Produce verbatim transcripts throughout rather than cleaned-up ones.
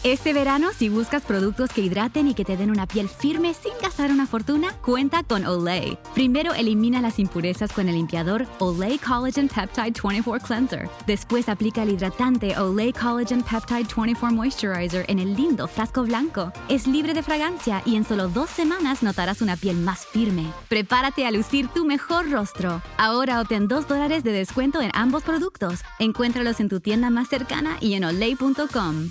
Este verano, si buscas productos que hidraten y que te den una piel firme sin gastar una fortuna, cuenta con Olay. Primero, elimina las impurezas con el limpiador Olay Collagen Peptide veinticuatro Cleanser. Después, aplica el hidratante Olay Collagen Peptide veinticuatro Moisturizer en el lindo frasco blanco. Es libre de fragancia y en solo dos semanas notarás una piel más firme. Prepárate a lucir tu mejor rostro. Ahora obtén dos dólares de descuento en ambos productos. Encuéntralos en tu tienda más cercana y en olay punto com.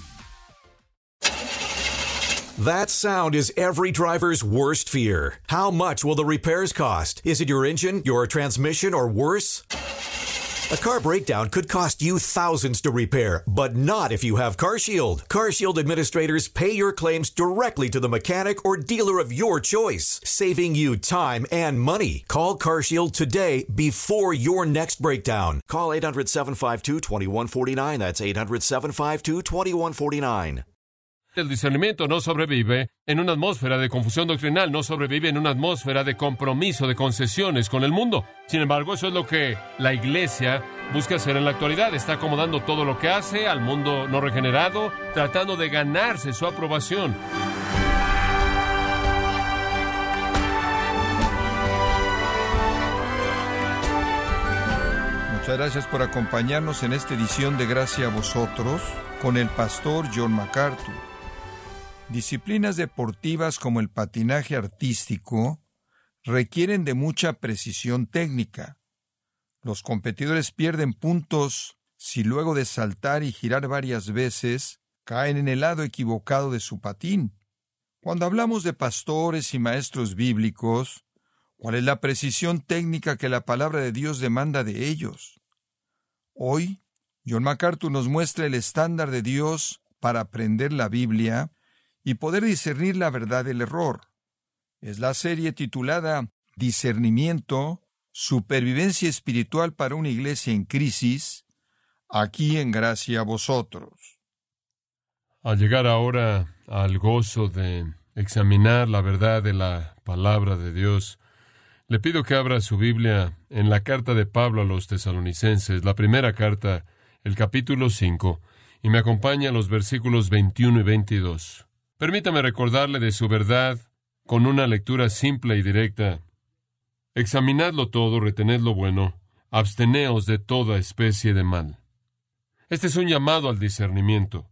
That sound is every driver's worst fear. How much will the repairs cost? Is it your engine, your transmission, or worse? A car breakdown could cost you thousands to repair, but not if you have CarShield. CarShield administrators pay your claims directly to the mechanic or dealer of your choice, saving you time and money. Call CarShield today before your next breakdown. Call eight hundred, seven five two, two one four nine. That's eight hundred, seven five two, two one four nine. El discernimiento no sobrevive en una atmósfera de confusión doctrinal, no sobrevive en una atmósfera de compromiso, de concesiones con el mundo. Sin embargo, eso es lo que la Iglesia busca hacer en la actualidad. Está acomodando todo lo que hace al mundo no regenerado, tratando de ganarse su aprobación. Muchas gracias por acompañarnos en esta edición de Gracia a Vosotros con el pastor John MacArthur. Disciplinas deportivas como el patinaje artístico requieren de mucha precisión técnica. Los competidores pierden puntos si luego de saltar y girar varias veces caen en el lado equivocado de su patín. Cuando hablamos de pastores y maestros bíblicos, ¿cuál es la precisión técnica que la palabra de Dios demanda de ellos? Hoy, John MacArthur nos muestra el estándar de Dios para aprender la Biblia y poder discernir la verdad del error. Es la serie titulada Discernimiento, Supervivencia Espiritual para una Iglesia en Crisis, aquí en Gracia a Vosotros. Al llegar ahora al gozo de examinar la verdad de la palabra de Dios, le pido que abra su Biblia en la carta de Pablo a los Tesalonicenses, la primera carta, el capítulo cinco, y me acompaña a los versículos veintiuno y veintidós. Permítame recordarle de su verdad con una lectura simple y directa. Examinadlo todo, retened lo bueno, absteneos de toda especie de mal. Este es un llamado al discernimiento.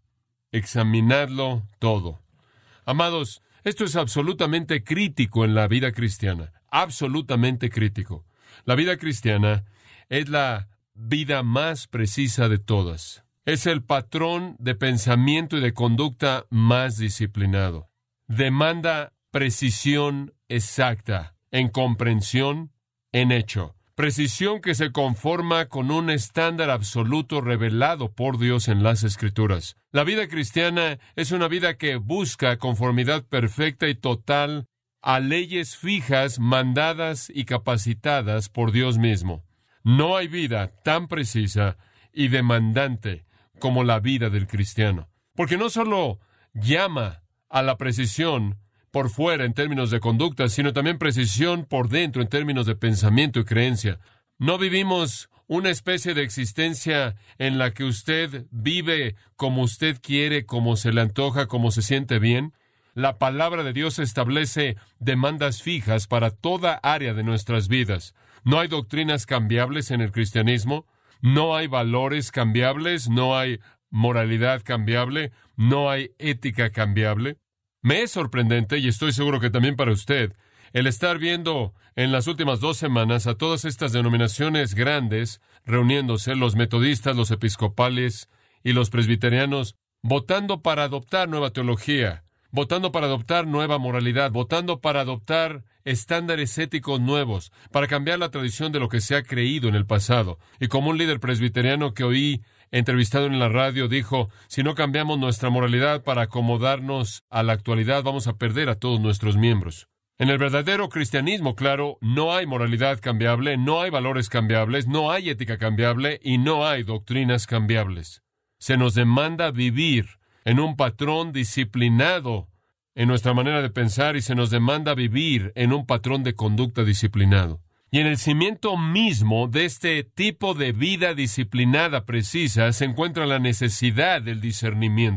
Examinadlo todo. Amados, esto es absolutamente crítico en la vida cristiana, absolutamente crítico. La vida cristiana es la vida más precisa de todas. Es el patrón de pensamiento y de conducta más disciplinado. Demanda precisión exacta en comprensión, en hecho. Precisión que se conforma con un estándar absoluto revelado por Dios en las Escrituras. La vida cristiana es una vida que busca conformidad perfecta y total a leyes fijas, mandadas y capacitadas por Dios mismo. No hay vida tan precisa y demandante como la vida del cristiano. Porque no solo llama a la precisión por fuera en términos de conducta, sino también precisión por dentro en términos de pensamiento y creencia. No vivimos una especie de existencia en la que usted vive como usted quiere, como se le antoja, como se siente bien. La palabra de Dios establece demandas fijas para toda área de nuestras vidas. No hay doctrinas cambiables en el cristianismo. No hay valores cambiables, no hay moralidad cambiable, no hay ética cambiable. Me es sorprendente, y estoy seguro que también para usted, el estar viendo en las últimas dos semanas a todas estas denominaciones grandes reuniéndose, los metodistas, los episcopales y los presbiterianos, votando para adoptar nueva teología, votando para adoptar nueva moralidad, votando para adoptar estándares éticos nuevos, para cambiar la tradición de lo que se ha creído en el pasado. Y como un líder presbiteriano que oí entrevistado en la radio dijo, si no cambiamos nuestra moralidad para acomodarnos a la actualidad, vamos a perder a todos nuestros miembros. En el verdadero cristianismo, claro, no hay moralidad cambiable, no hay valores cambiables, no hay ética cambiable y no hay doctrinas cambiables. Se nos demanda vivir en un patrón disciplinado en nuestra manera de pensar y se nos demanda vivir en un patrón de conducta disciplinado. Y en el cimiento mismo de este tipo de vida disciplinada precisa se encuentra la necesidad del discernimiento.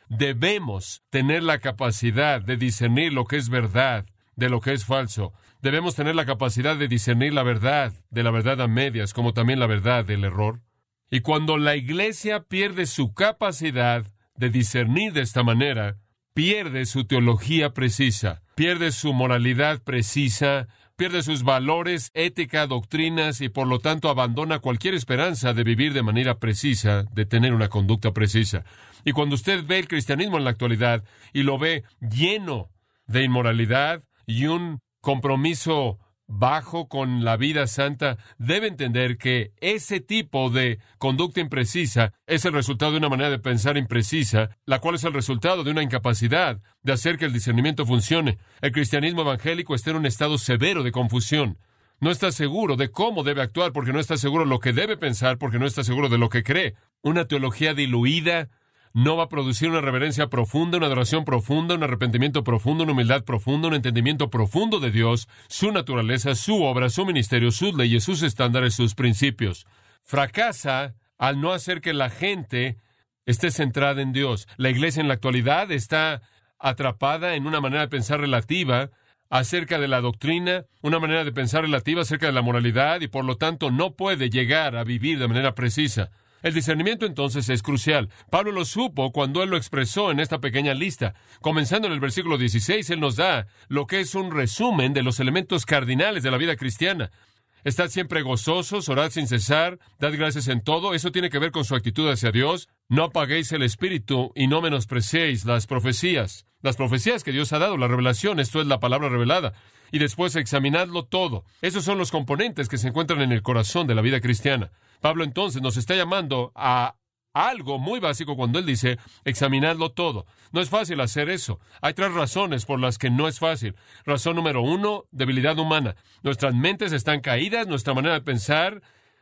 debemos tener la capacidad de discernir lo que es verdad de lo que es falso. Debemos tener la capacidad de discernir la verdad de la verdad a medias, como también la verdad del error. Y cuando la iglesia pierde su capacidad de discernir de esta manera, pierde su teología precisa, pierde su moralidad precisa, pierde sus valores, ética, doctrinas y por lo tanto abandona cualquier esperanza de vivir de manera precisa, de tener una conducta precisa. Y cuando usted ve el cristianismo en la actualidad y lo ve lleno de inmoralidad y un compromiso bajo con la vida santa, debe entender que ese tipo de conducta imprecisa es el resultado de una manera de pensar imprecisa, la cual es el resultado de una incapacidad de hacer que el discernimiento funcione. El cristianismo evangélico está en un estado severo de confusión. No está seguro de cómo debe actuar porque no está seguro de lo que debe pensar porque no está seguro de lo que cree. Una teología diluida no va a producir una reverencia profunda, una adoración profunda, un arrepentimiento profundo, una humildad profunda, un entendimiento profundo de Dios, su naturaleza, su obra, su ministerio, sus leyes, sus estándares, sus principios. Fracasa al no hacer que la gente esté centrada en Dios. La iglesia en la actualidad está atrapada en una manera de pensar relativa acerca de la doctrina, una manera de pensar relativa acerca de la moralidad y por lo tanto no puede llegar a vivir de manera precisa. El discernimiento entonces es crucial. Pablo lo supo cuando él lo expresó en esta pequeña lista. Comenzando en el versículo dieciséis, él nos da lo que es un resumen de los elementos cardinales de la vida cristiana. Estad siempre gozosos, orad sin cesar, dad gracias en todo. Eso tiene que ver con su actitud hacia Dios. No apaguéis el espíritu y no menospreciéis las profecías. Las profecías que Dios ha dado, la revelación, esto es la palabra revelada. Y después examinadlo todo. Esos son los componentes que se encuentran en el corazón de la vida cristiana. Pablo entonces nos está llamando a algo muy básico cuando él dice, examinadlo todo. No es fácil hacer eso. Hay tres razones por las que no es fácil. Razón número uno, debilidad humana. Nuestras mentes están caídas, nuestra manera de pensar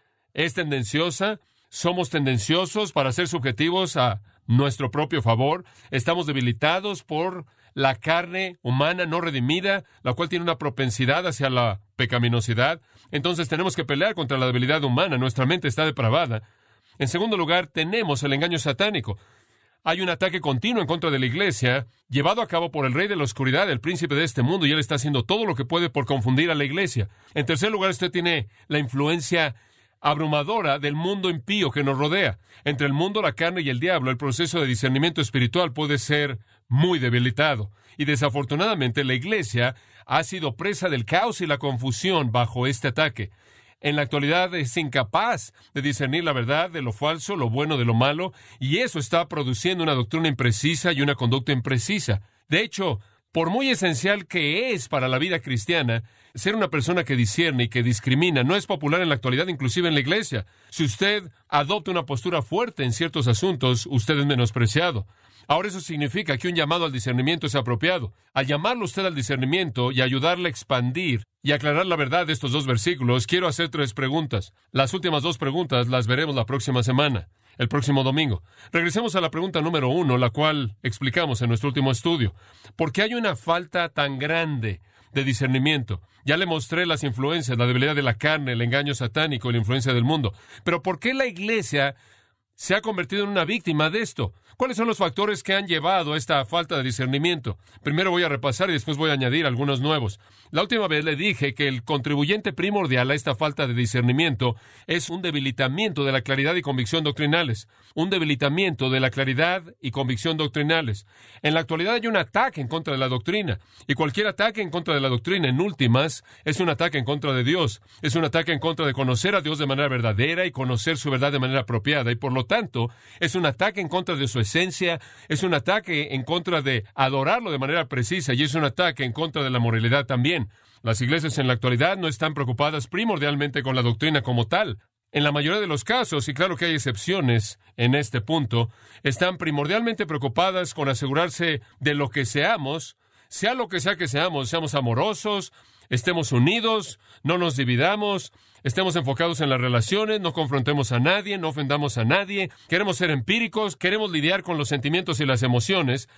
es tendenciosa, somos tendenciosos para ser subjetivos a nuestro propio favor, estamos debilitados por la carne humana no redimida, la cual tiene una propensidad hacia la pecaminosidad. Entonces tenemos que pelear contra la debilidad humana, nuestra mente está depravada. En segundo lugar, tenemos el engaño satánico. Hay un ataque continuo en contra de la iglesia, llevado a cabo por el rey de la oscuridad, el príncipe de este mundo, y él está haciendo todo lo que puede por confundir a la iglesia. En tercer lugar, usted tiene la influencia abrumadora del mundo impío que nos rodea. Entre el mundo, la carne y el diablo, el proceso de discernimiento espiritual puede ser muy debilitado. Y desafortunadamente, la iglesia ha sido presa del caos y la confusión bajo este ataque. En la actualidad es incapaz de discernir la verdad de lo falso, lo bueno de lo malo, y eso está produciendo una doctrina imprecisa y una conducta imprecisa. De hecho, por muy esencial que es para la vida cristiana, ser una persona que discierne y que discrimina no es popular en la actualidad, inclusive en la iglesia. Si usted adopta una postura fuerte en ciertos asuntos, usted es menospreciado. Ahora eso significa que un llamado al discernimiento es apropiado. Al llamarlo usted al discernimiento y ayudarle a expandir y aclarar la verdad de estos dos versículos, quiero hacer tres preguntas. Las últimas dos preguntas las veremos la próxima semana, el próximo domingo. Regresemos a la pregunta número uno, la cual explicamos en nuestro último estudio. ¿Por qué hay una falta tan grande de discernimiento? Ya le mostré las influencias, la debilidad de la carne, el engaño satánico y la influencia del mundo. Pero ¿por qué la iglesia se ha convertido en una víctima de esto? ¿Cuáles son los factores que han llevado a esta falta de discernimiento? Primero voy a repasar y después voy a añadir algunos nuevos. La última vez le dije que el contribuyente primordial a esta falta de discernimiento es un debilitamiento de la claridad y convicción doctrinales. Un debilitamiento de la claridad y convicción doctrinales. En la actualidad hay un ataque en contra de la doctrina. Y cualquier ataque en contra de la doctrina, en últimas, es un ataque en contra de Dios. Es un ataque en contra de conocer a Dios de manera verdadera y conocer su verdad de manera apropiada. Y por lo tanto, es un ataque en contra de su esencia, es un ataque en contra de adorarlo de manera precisa y es un ataque en contra de la moralidad también. Las iglesias en la actualidad no están preocupadas primordialmente con la doctrina como tal. En la mayoría de los casos, y claro que hay excepciones en este punto, están primordialmente preocupadas con asegurarse de lo que seamos, sea lo que sea que seamos, seamos amorosos, estemos unidos, no nos dividamos, estemos enfocados en las relaciones, no confrontemos a nadie, no ofendamos a nadie, queremos ser empíricos, queremos lidiar con los sentimientos y las emociones.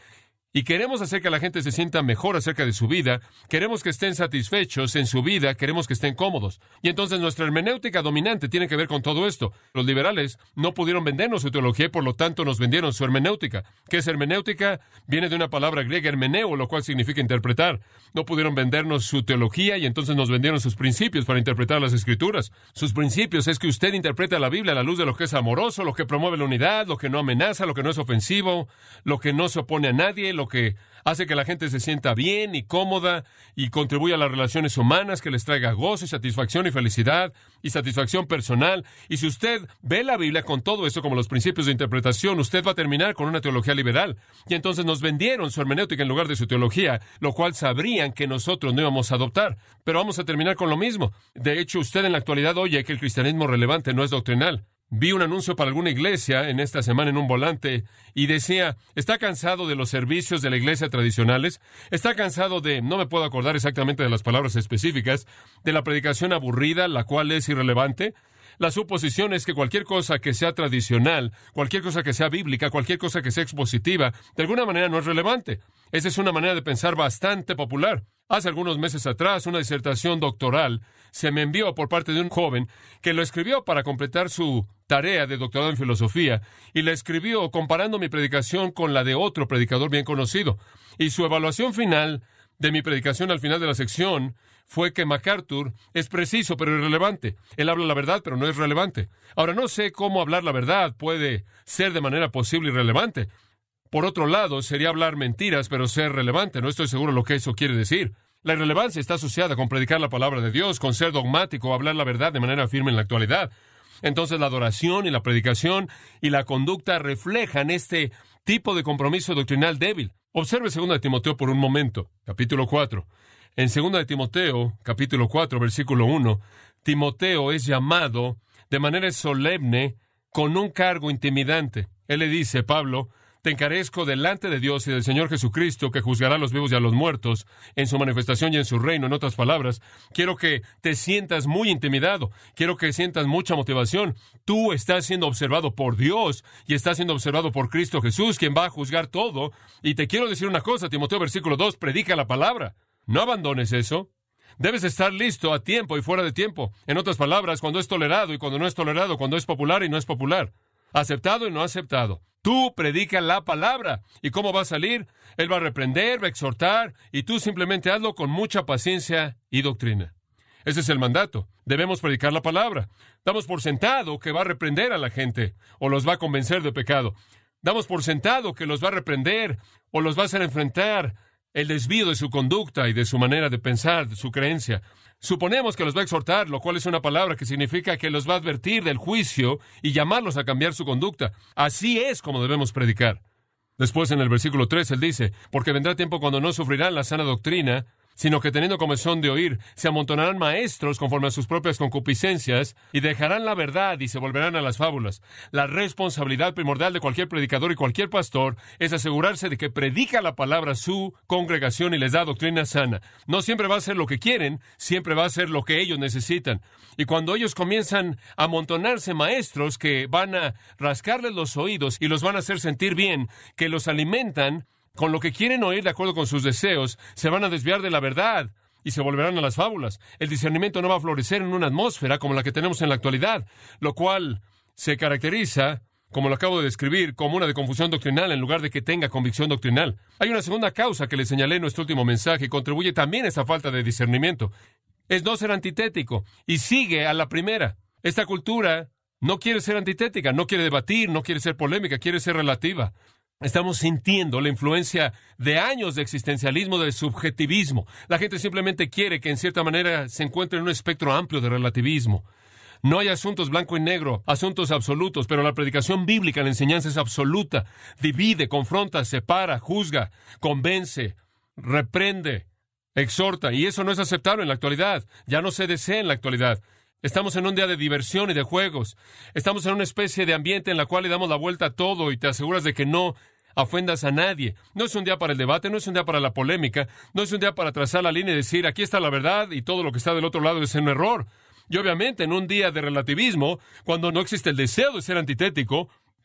y queremos hacer que la gente se sienta mejor acerca de su vida, queremos que estén satisfechos en su vida, queremos que estén cómodos. Y entonces nuestra hermenéutica dominante tiene que ver con todo esto. Los liberales no pudieron vendernos su teología y por lo tanto nos vendieron su hermenéutica. ¿Qué es hermenéutica? Viene de una palabra griega, hermeneo, lo cual significa interpretar. No pudieron vendernos su teología y entonces nos vendieron sus principios para interpretar las Escrituras. Sus principios es que usted interpreta la Biblia a la luz de lo que es amoroso, lo que promueve la unidad, lo que no amenaza, lo que no es ofensivo, lo que no se opone a nadie, lo que hace que la gente se sienta bien y cómoda y contribuye a las relaciones humanas, que les traiga gozo y satisfacción y felicidad y satisfacción personal. Y si usted ve la Biblia con todo eso como los principios de interpretación, usted va a terminar con una teología liberal. Y entonces nos vendieron su hermenéutica en lugar de su teología, lo cual sabrían que nosotros no íbamos a adoptar. Pero vamos a terminar con lo mismo. De hecho, usted en la actualidad oye que el cristianismo relevante no es doctrinal. Vi un anuncio para alguna iglesia en esta semana en un volante y decía, ¿está cansado de los servicios de la iglesia tradicionales? ¿Está cansado de, no me puedo acordar exactamente de las palabras específicas, de la predicación aburrida, la cual es irrelevante? La suposición es que cualquier cosa que sea tradicional, cualquier cosa que sea bíblica, cualquier cosa que sea expositiva, de alguna manera no es relevante. Esa es una manera de pensar bastante popular. Hace algunos meses atrás, una disertación doctoral se me envió por parte de un joven que lo escribió para completar su tarea de doctorado en filosofía y la escribió comparando mi predicación con la de otro predicador bien conocido. Y su evaluación final de mi predicación al final de la sección fue que MacArthur es preciso pero irrelevante. Él habla la verdad pero no es relevante. Ahora, no sé cómo hablar la verdad puede ser de manera posible irrelevante. Por otro lado, sería hablar mentiras, pero ser relevante. No estoy seguro de lo que eso quiere decir. La irrelevancia está asociada con predicar la palabra de Dios, con ser dogmático, hablar la verdad de manera firme en la actualidad. Entonces, la adoración y la predicación y la conducta reflejan este tipo de compromiso doctrinal débil. Observe segunda de Timoteo por un momento, capítulo cuatro. En segunda de Timoteo, capítulo cuatro, versículo uno, Timoteo es llamado de manera solemne con un cargo intimidante. Él le dice, Pablo, te encarezco delante de Dios y del Señor Jesucristo, que juzgará a los vivos y a los muertos en su manifestación y en su reino. En otras palabras, quiero que te sientas muy intimidado. Quiero que sientas mucha motivación. Tú estás siendo observado por Dios y estás siendo observado por Cristo Jesús, quien va a juzgar todo. Y te quiero decir una cosa, Timoteo, versículo dos, predica la palabra. No abandones eso. Debes estar listo a tiempo y fuera de tiempo. En otras palabras, cuando es tolerado y cuando no es tolerado, cuando es popular y no es popular. Aceptado y no aceptado. Tú predica la palabra. ¿Y cómo va a salir? Él va a reprender, va a exhortar, y tú simplemente hazlo con mucha paciencia y doctrina. Ese es el mandato. Debemos predicar la palabra. Damos por sentado que va a reprender a la gente, o los va a convencer de pecado. Damos por sentado que los va a reprender, o los va a hacer enfrentar el desvío de su conducta y de su manera de pensar, de su creencia. Suponemos que los va a exhortar, lo cual es una palabra que significa que los va a advertir del juicio y llamarlos a cambiar su conducta. Así es como debemos predicar. Después, en el versículo tres, él dice, porque vendrá tiempo cuando no sufrirán la sana doctrina, sino que teniendo comezón de oír, se amontonarán maestros conforme a sus propias concupiscencias, y dejarán la verdad y se volverán a las fábulas. La responsabilidad primordial de cualquier predicador y cualquier pastor es asegurarse de que predica la palabra a su congregación y les da doctrina sana. No siempre va a ser lo que quieren, siempre va a ser lo que ellos necesitan. Y cuando ellos comienzan a amontonarse maestros que van a rascarles los oídos y los van a hacer sentir bien, que los alimentan con lo que quieren oír de acuerdo con sus deseos, se van a desviar de la verdad y se volverán a las fábulas. El discernimiento no va a florecer en una atmósfera como la que tenemos en la actualidad, lo cual se caracteriza, como lo acabo de describir, como una de confusión doctrinal en lugar de que tenga convicción doctrinal. Hay una segunda causa que le señalé en nuestro último mensaje y contribuye también a esta falta de discernimiento. Es no ser antitético y sigue a la primera. Esta cultura no quiere ser antitética, no quiere debatir, no quiere ser polémica, quiere ser relativa. Estamos sintiendo la influencia de años de existencialismo, de subjetivismo. La gente simplemente quiere que en cierta manera se encuentre en un espectro amplio de relativismo. No hay asuntos blanco y negro, asuntos absolutos, pero la predicación bíblica, la enseñanza es absoluta. Divide, confronta, separa, juzga, convence, reprende, exhorta. Y eso no es aceptable en la actualidad. Ya no se desea en la actualidad. Estamos en un día de diversión y de juegos. Estamos en una especie de ambiente en la cual le damos la vuelta a todo y te aseguras de que no ofendas a nadie. No es un día para el debate, no es un día para la polémica, no es un día para trazar la línea y decir, aquí está la verdad y todo lo que está del otro lado es un error. Y obviamente en un día de relativismo, cuando no existe el deseo de ser antitético,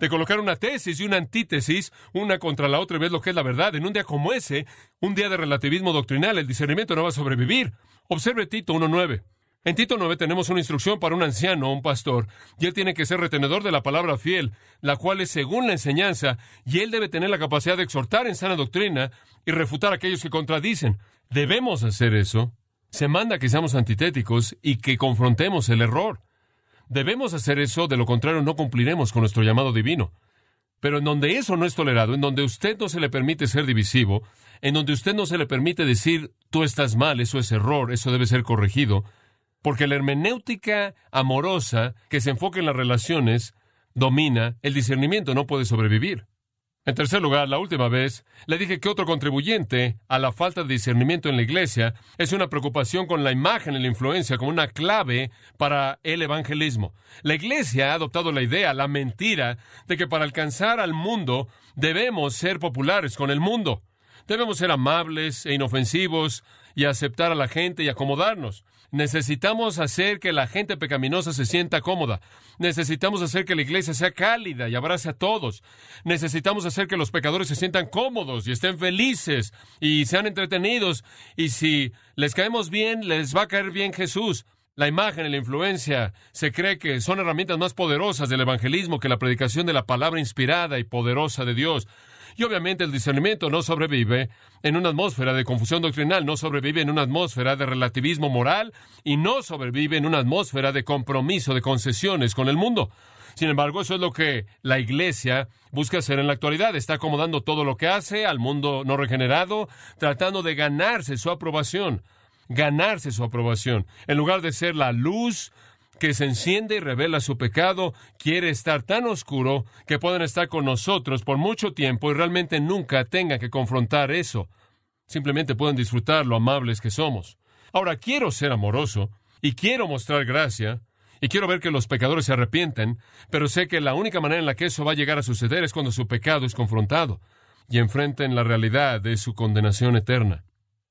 de colocar una tesis y una antítesis, una contra la otra, y ves lo que es la verdad. En un día como ese, un día de relativismo doctrinal, el discernimiento no va a sobrevivir. Observe Tito uno nueve. En Tito nueve tenemos una instrucción para un anciano o un pastor, y él tiene que ser retenedor de la palabra fiel, la cual es según la enseñanza, y él debe tener la capacidad de exhortar en sana doctrina y refutar a aquellos que contradicen. Debemos hacer eso. Se manda que seamos antitéticos y que confrontemos el error. Debemos hacer eso, de lo contrario no cumpliremos con nuestro llamado divino. Pero en donde eso no es tolerado, en donde usted no se le permite ser divisivo, en donde usted no se le permite decir, tú estás mal, eso es error, eso debe ser corregido, porque la hermenéutica amorosa que se enfoca en las relaciones domina, el discernimiento no puede sobrevivir. En tercer lugar, la última vez, le dije que otro contribuyente a la falta de discernimiento en la iglesia es una preocupación con la imagen y la influencia como una clave para el evangelismo. La iglesia ha adoptado la idea, la mentira, de que para alcanzar al mundo debemos ser populares con el mundo. Debemos ser amables e inofensivos y aceptar a la gente y acomodarnos. Necesitamos hacer que la gente pecaminosa se sienta cómoda. Necesitamos hacer que la iglesia sea cálida y abrace a todos. Necesitamos hacer que los pecadores se sientan cómodos y estén felices y sean entretenidos. Y si les caemos bien, les va a caer bien Jesús. La imagen y la influencia se cree que son herramientas más poderosas del evangelismo que la predicación de la palabra inspirada y poderosa de Dios. Y obviamente el discernimiento no sobrevive en una atmósfera de confusión doctrinal, no sobrevive en una atmósfera de relativismo moral y no sobrevive en una atmósfera de compromiso, de concesiones con el mundo. Sin embargo, eso es lo que la iglesia busca hacer en la actualidad. Está acomodando todo lo que hace al mundo no regenerado, tratando de ganarse su aprobación, ganarse su aprobación. En lugar de ser la luz que se enciende y revela su pecado, quiere estar tan oscuro que pueden estar con nosotros por mucho tiempo y realmente nunca tengan que confrontar eso. Simplemente pueden disfrutar lo amables que somos. Ahora, quiero ser amoroso y quiero mostrar gracia y quiero ver que los pecadores se arrepienten, pero sé que la única manera en la que eso va a llegar a suceder es cuando su pecado es confrontado y enfrenten la realidad de su condenación eterna.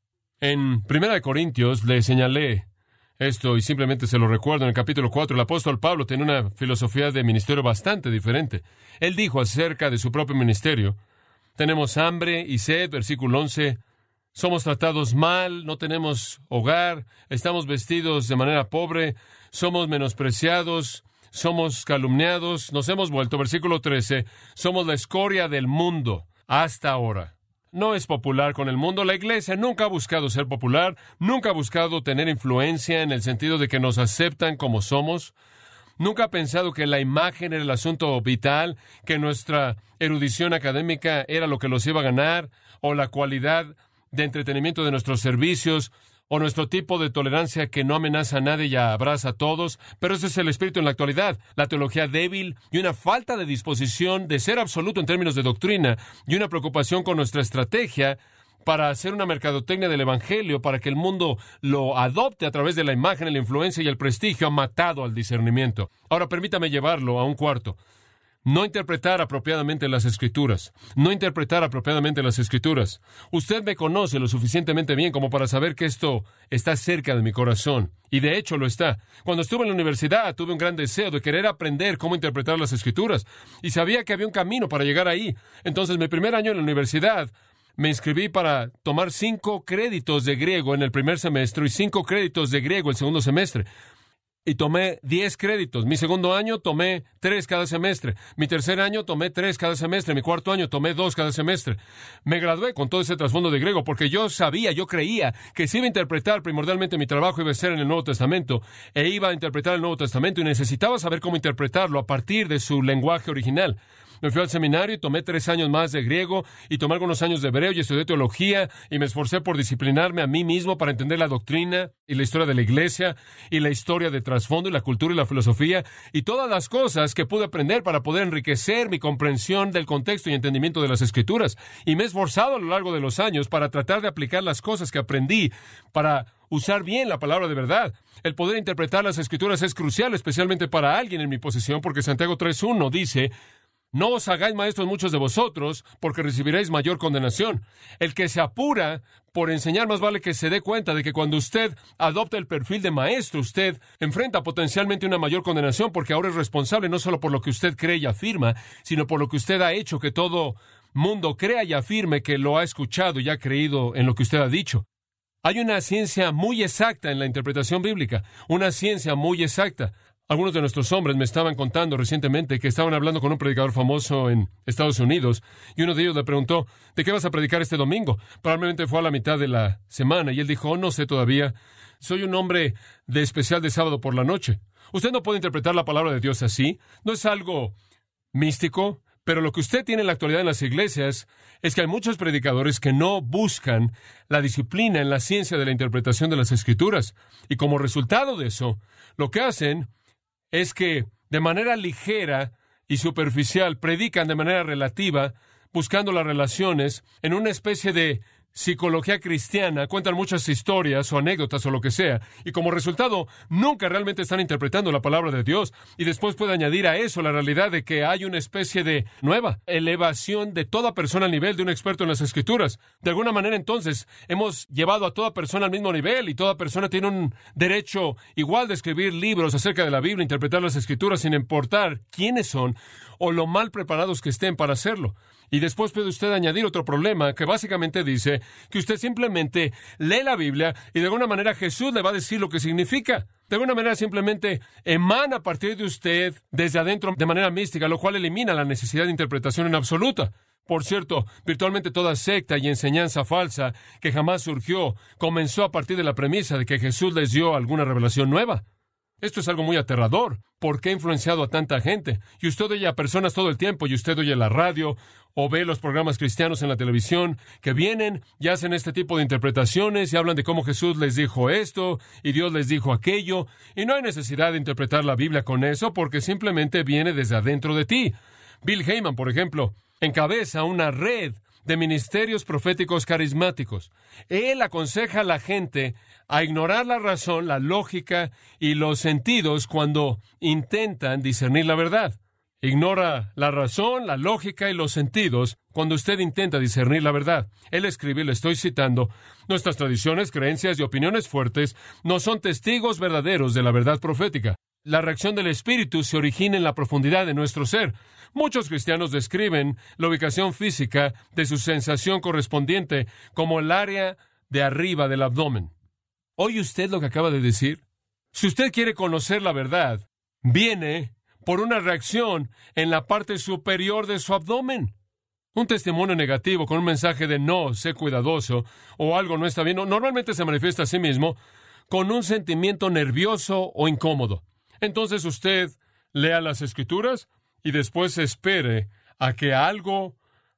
En Primera de Corintios le señalé esto, y simplemente se lo recuerdo, en el capítulo cuatro, el apóstol Pablo tenía una filosofía de ministerio bastante diferente. Él dijo acerca de su propio ministerio, tenemos hambre y sed, versículo once, somos tratados mal, no tenemos hogar, estamos vestidos de manera pobre, somos menospreciados, somos calumniados, nos hemos vuelto, versículo trece, somos la escoria del mundo hasta ahora. No es popular con el mundo. La iglesia nunca ha buscado ser popular, nunca ha buscado tener influencia en el sentido de que nos aceptan como somos. Nunca ha pensado que la imagen era el asunto vital, que nuestra erudición académica era lo que los iba a ganar, o la cualidad de entretenimiento de nuestros servicios, o nuestro tipo de tolerancia que no amenaza a nadie y abraza a todos. Pero ese es el espíritu en la actualidad. La teología débil y una falta de disposición de ser absoluto en términos de doctrina y una preocupación con nuestra estrategia para hacer una mercadotecnia del evangelio para que el mundo lo adopte a través de la imagen, la influencia y el prestigio ha matado al discernimiento. Ahora permítame llevarlo a un cuarto. No interpretar apropiadamente las Escrituras. No interpretar apropiadamente las Escrituras. Usted me conoce lo suficientemente bien como para saber que esto está cerca de mi corazón. Y de hecho lo está. Cuando estuve en la universidad tuve un gran deseo de querer aprender cómo interpretar las Escrituras. Y sabía que había un camino para llegar ahí. Entonces, mi primer año en la universidad, me inscribí para tomar cinco créditos de griego en el primer semestre y cinco créditos de griego el segundo semestre. Y tomé diez créditos. Mi segundo año tomé tres cada semestre. Mi tercer año tomé tres cada semestre. Mi cuarto año tomé dos cada semestre. Me gradué con todo ese trasfondo de griego porque yo sabía, yo creía que si iba a interpretar primordialmente mi trabajo iba a ser en el Nuevo Testamento e iba a interpretar el Nuevo Testamento y necesitaba saber cómo interpretarlo a partir de su lenguaje original. Me fui al seminario y tomé tres años más de griego y tomé algunos años de hebreo y estudié teología y me esforcé por disciplinarme a mí mismo para entender la doctrina y la historia de la iglesia y la historia de trasfondo y la cultura y la filosofía y todas las cosas que pude aprender para poder enriquecer mi comprensión del contexto y entendimiento de las Escrituras. Y me he esforzado a lo largo de los años para tratar de aplicar las cosas que aprendí para usar bien la palabra de verdad. El poder interpretar las Escrituras es crucial, especialmente para alguien en mi posición, porque Santiago tres uno dice: No os hagáis maestros muchos de vosotros, porque recibiréis mayor condenación. El que se apura por enseñar, más vale que se dé cuenta de que cuando usted adopta el perfil de maestro, usted enfrenta potencialmente una mayor condenación, porque ahora es responsable no solo por lo que usted cree y afirma, sino por lo que usted ha hecho que todo mundo crea y afirme que lo ha escuchado y ha creído en lo que usted ha dicho. Hay una ciencia muy exacta en la interpretación bíblica, una ciencia muy exacta. Algunos de nuestros hombres me estaban contando recientemente que estaban hablando con un predicador famoso en Estados Unidos y uno de ellos le preguntó, ¿de qué vas a predicar este domingo? Probablemente fue a la mitad de la semana y él dijo, oh, no sé todavía, soy un hombre de especial de sábado por la noche. Usted no puede interpretar la palabra de Dios así, no es algo místico, pero lo que usted tiene en la actualidad en las iglesias es que hay muchos predicadores que no buscan la disciplina en la ciencia de la interpretación de las Escrituras y como resultado de eso, lo que hacen es que de manera ligera y superficial predican de manera relativa, buscando las relaciones en una especie de psicología cristiana, cuentan muchas historias o anécdotas o lo que sea, y como resultado nunca realmente están interpretando la palabra de Dios, y después puede añadir a eso la realidad de que hay una especie de nueva elevación de toda persona al nivel de un experto en las Escrituras. De alguna manera entonces hemos llevado a toda persona al mismo nivel, y toda persona tiene un derecho igual de escribir libros acerca de la Biblia, interpretar las Escrituras sin importar quiénes son o lo mal preparados que estén para hacerlo. Y después puede usted añadir otro problema que básicamente dice que usted simplemente lee la Biblia y de alguna manera Jesús le va a decir lo que significa. De alguna manera simplemente emana a partir de usted desde adentro de manera mística, lo cual elimina la necesidad de interpretación en absoluta. Por cierto, virtualmente toda secta y enseñanza falsa que jamás surgió comenzó a partir de la premisa de que Jesús les dio alguna revelación nueva. Esto es algo muy aterrador, porque ha influenciado a tanta gente. Y usted oye a personas todo el tiempo, y usted oye la radio, o ve los programas cristianos en la televisión, que vienen y hacen este tipo de interpretaciones, y hablan de cómo Jesús les dijo esto, y Dios les dijo aquello, y no hay necesidad de interpretar la Biblia con eso, porque simplemente viene desde adentro de ti. Bill Heyman, por ejemplo, encabeza una red de ministerios proféticos carismáticos. Él aconseja a la gente a ignorar la razón, la lógica y los sentidos cuando intentan discernir la verdad. Ignora la razón, la lógica y los sentidos cuando usted intenta discernir la verdad. Él escribe, y le estoy citando, nuestras tradiciones, creencias y opiniones fuertes no son testigos verdaderos de la verdad profética. La reacción del Espíritu se origina en la profundidad de nuestro ser. Muchos cristianos describen la ubicación física de su sensación correspondiente como el área de arriba del abdomen. ¿Oye usted lo que acaba de decir? Si usted quiere conocer la verdad, viene por una reacción en la parte superior de su abdomen. Un testimonio negativo con un mensaje de no, sé cuidadoso, o algo no está bien, normalmente se manifiesta a sí mismo con un sentimiento nervioso o incómodo. Entonces usted lea las Escrituras y después espere a que algo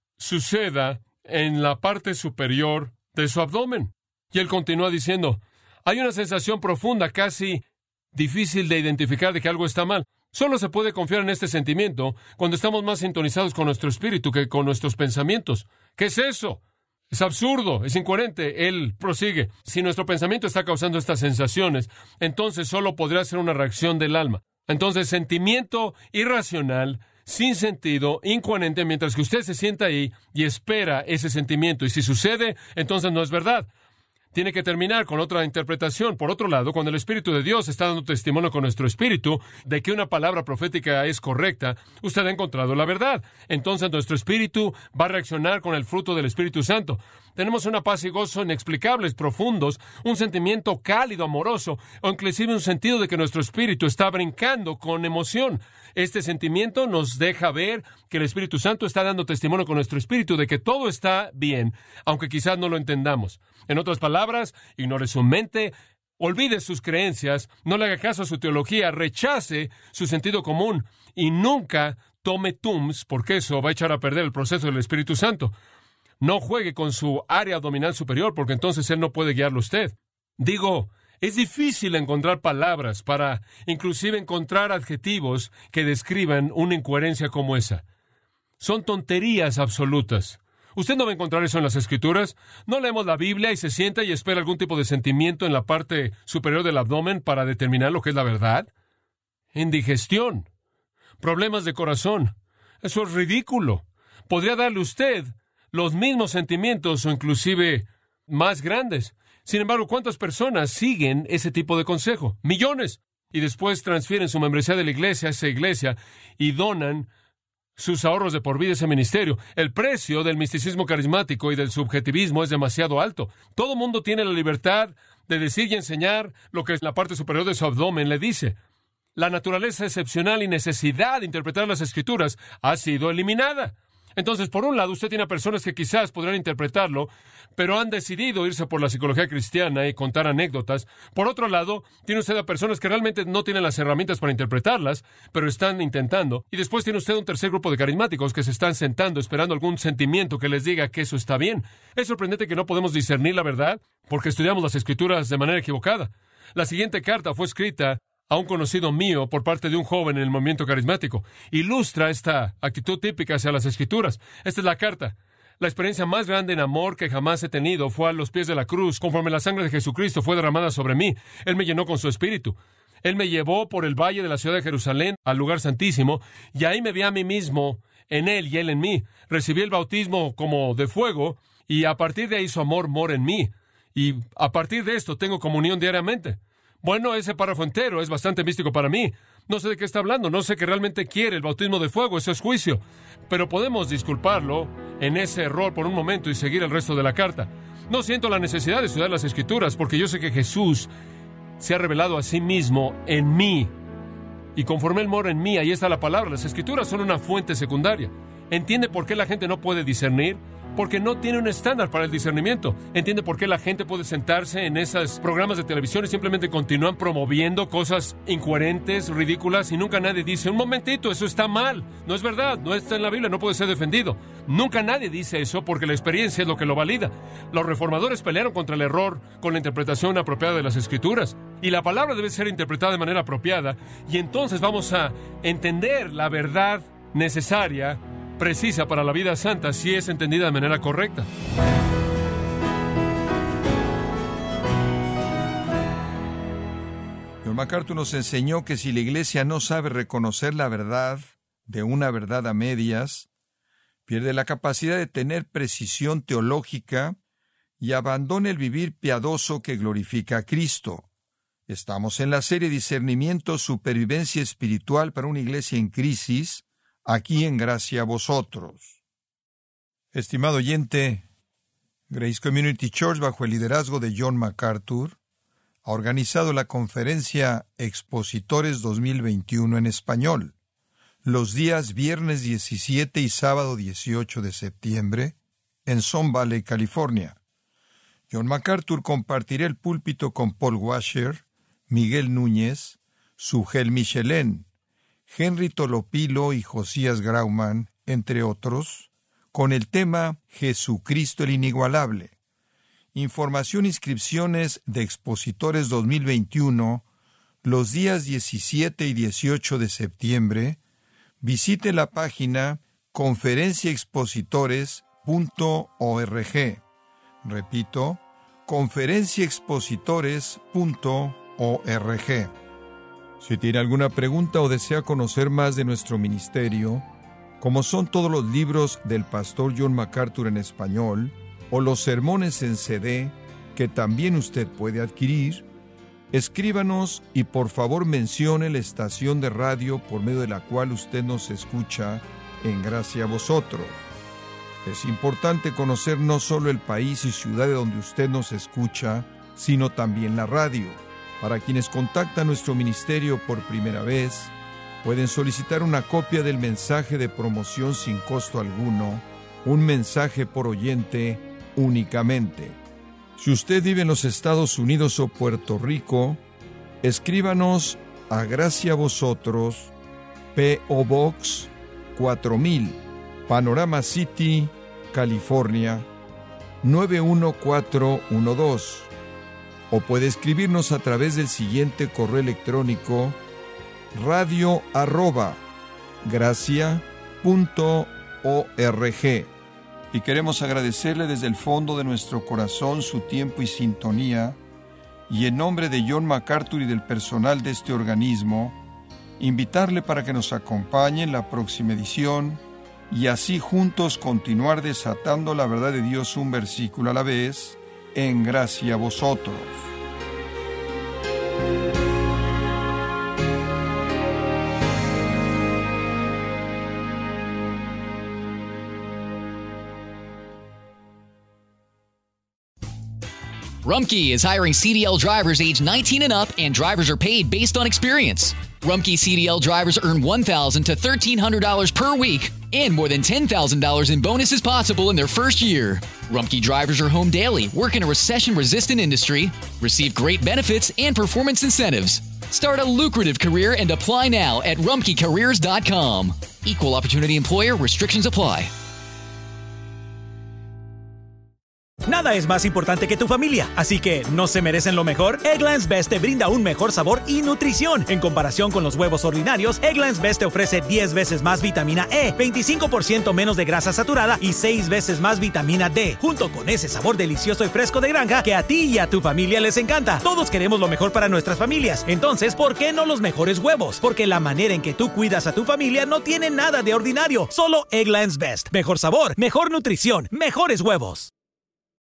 suceda en la parte superior de su abdomen. Y él continúa diciendo, hay una sensación profunda, casi difícil de identificar de que algo está mal. Solo se puede confiar en este sentimiento cuando estamos más sintonizados con nuestro espíritu que con nuestros pensamientos. ¿Qué es eso? Es absurdo, es incoherente. Él prosigue. Si nuestro pensamiento está causando estas sensaciones, entonces solo podrá ser una reacción del alma. Entonces, sentimiento irracional, sin sentido, incoherente, mientras que usted se sienta ahí y espera ese sentimiento. Y si sucede, entonces no es verdad. Tiene que terminar con otra interpretación. Por otro lado, cuando el Espíritu de Dios está dando testimonio con nuestro espíritu de que una palabra profética es correcta, usted ha encontrado la verdad. Entonces nuestro espíritu va a reaccionar con el fruto del Espíritu Santo. Tenemos una paz y gozo inexplicables, profundos, un sentimiento cálido, amoroso, o inclusive un sentido de que nuestro espíritu está brincando con emoción. Este sentimiento nos deja ver que el Espíritu Santo está dando testimonio con nuestro espíritu de que todo está bien, aunque quizás no lo entendamos. En otras palabras, ignore su mente, olvide sus creencias, no le haga caso a su teología, rechace su sentido común y nunca tome Tums, porque eso va a echar a perder el proceso del Espíritu Santo. No juegue con su área abdominal superior, porque entonces Él no puede guiarlo a usted. Digo, es difícil encontrar palabras para inclusive encontrar adjetivos que describan una incoherencia como esa. Son tonterías absolutas. Usted no va a encontrar eso en las Escrituras. No leemos la Biblia y se sienta y espera algún tipo de sentimiento en la parte superior del abdomen para determinar lo que es la verdad. Indigestión, problemas de corazón, Eso es ridículo. Podría darle usted los mismos sentimientos o inclusive más grandes. Sin embargo, ¿cuántas personas siguen ese tipo de consejo? Millones. Y después transfieren su membresía de la iglesia a esa iglesia y donan sus ahorros de por vida a ese ministerio. El precio del misticismo carismático y del subjetivismo es demasiado alto. Todo mundo tiene la libertad de decir y enseñar lo que la parte superior de su abdomen le dice. La naturaleza excepcional y necesidad de interpretar las Escrituras ha sido eliminada. Entonces, por un lado, usted tiene a personas que quizás podrán interpretarlo, pero han decidido irse por la psicología cristiana y contar anécdotas. Por otro lado, tiene usted a personas que realmente no tienen las herramientas para interpretarlas, pero están intentando. Y después tiene usted un tercer grupo de carismáticos que se están sentando esperando algún sentimiento que les diga que eso está bien. Es sorprendente que no podemos discernir la verdad porque estudiamos las Escrituras de manera equivocada. La siguiente carta fue escrita a un conocido mío por parte de un joven en el movimiento carismático. Ilustra esta actitud típica hacia las Escrituras. Esta es la carta. La experiencia más grande en amor que jamás he tenido fue a los pies de la cruz, conforme la sangre de Jesucristo fue derramada sobre mí. Él me llenó con su espíritu. Él me llevó por el valle de la ciudad de Jerusalén al lugar santísimo, y ahí me vi a mí mismo en Él y Él en mí. Recibí el bautismo como de fuego, y a partir de ahí su amor mora en mí. Y a partir de esto tengo comunión diariamente. Bueno, ese párrafo entero es bastante místico para mí. No sé de qué está hablando, no sé qué realmente quiere el bautismo de fuego, eso es juicio. Pero podemos disculparlo en ese error por un momento y seguir el resto de la carta. No siento la necesidad de estudiar las Escrituras porque yo sé que Jesús se ha revelado a sí mismo en mí. Y conforme Él mora en mí, ahí está la palabra. Las Escrituras son una fuente secundaria. ¿Entiende por qué la gente no puede discernir? Porque no tiene un estándar para el discernimiento. ¿Entiende por qué la gente puede sentarse en esos programas de televisión y simplemente continúan promoviendo cosas incoherentes, ridículas, y nunca nadie dice, un momentito, eso está mal, no es verdad, no está en la Biblia, no puede ser defendido? Nunca nadie dice eso porque la experiencia es lo que lo valida. Los reformadores pelearon contra el error con la interpretación apropiada de las Escrituras, y la palabra debe ser interpretada de manera apropiada, y entonces vamos a entender la verdad necesaria, precisa para la vida santa, si es entendida de manera correcta. John MacArthur nos enseñó que si la Iglesia no sabe reconocer la verdad de una verdad a medias, pierde la capacidad de tener precisión teológica y abandona el vivir piadoso que glorifica a Cristo. Estamos en la serie Discernimiento, Supervivencia Espiritual para una Iglesia en Crisis, aquí en Gracia a Vosotros. Estimado oyente, Grace Community Church, bajo el liderazgo de John MacArthur, ha organizado la conferencia Expositores dos mil veintiuno en español, los días viernes diecisiete y sábado dieciocho de septiembre, en Sun Valley, California. John MacArthur compartirá el púlpito con Paul Washer, Miguel Núñez, Sugel Michelén, Henry Tolopilo y Josías Grauman, entre otros, con el tema Jesucristo el Inigualable. Información e inscripciones de Expositores dos mil veintiuno, los días diecisiete y dieciocho de septiembre. Visite la página conferencia expositores punto org. Repito, conferencia expositores punto org. Si tiene alguna pregunta o desea conocer más de nuestro ministerio, como son todos los libros del pastor John MacArthur en español, o los sermones en C D, que también usted puede adquirir, escríbanos y por favor mencione la estación de radio por medio de la cual usted nos escucha en Gracia a Vosotros. Es importante conocer no solo el país y ciudad de donde usted nos escucha, sino también la radio. Para quienes contactan nuestro ministerio por primera vez, pueden solicitar una copia del mensaje de promoción sin costo alguno, un mensaje por oyente únicamente. Si usted vive en los Estados Unidos o Puerto Rico, escríbanos a Gracia a Vosotros, P O Box cuatro mil, Panorama City, California, nueve uno cuatro uno dos. O puede escribirnos a través del siguiente correo electrónico, radio arroba gracia punto org. Y queremos agradecerle desde el fondo de nuestro corazón su tiempo y sintonía, y en nombre de John MacArthur y del personal de este organismo, invitarle para que nos acompañe en la próxima edición y así juntos continuar desatando la verdad de Dios un versículo a la vez, en gracia a vosotros. Rumpke is hiring C D L drivers age nineteen and up, and drivers are paid based on experience. Rumpke C D L drivers earn one thousand dollars to thirteen hundred dollars per week, and more than ten thousand dollars in bonuses possible in their first year. Rumpke drivers are home daily, work in a recession-resistant industry, receive great benefits and performance incentives. Start a lucrative career and apply now at rumpke careers dot com. Equal opportunity employer. Restrictions apply. Nada es más importante que tu familia, así que ¿no se merecen lo mejor? Eggland's Best te brinda un mejor sabor y nutrición. En comparación con los huevos ordinarios, Eggland's Best te ofrece diez veces más vitamina E, veinticinco por ciento menos de grasa saturada y seis veces más vitamina D, junto con ese sabor delicioso y fresco de granja que a ti y a tu familia les encanta. Todos queremos lo mejor para nuestras familias, entonces, ¿por qué no los mejores huevos? Porque la manera en que tú cuidas a tu familia no tiene nada de ordinario, solo Eggland's Best. Mejor sabor, mejor nutrición, mejores huevos.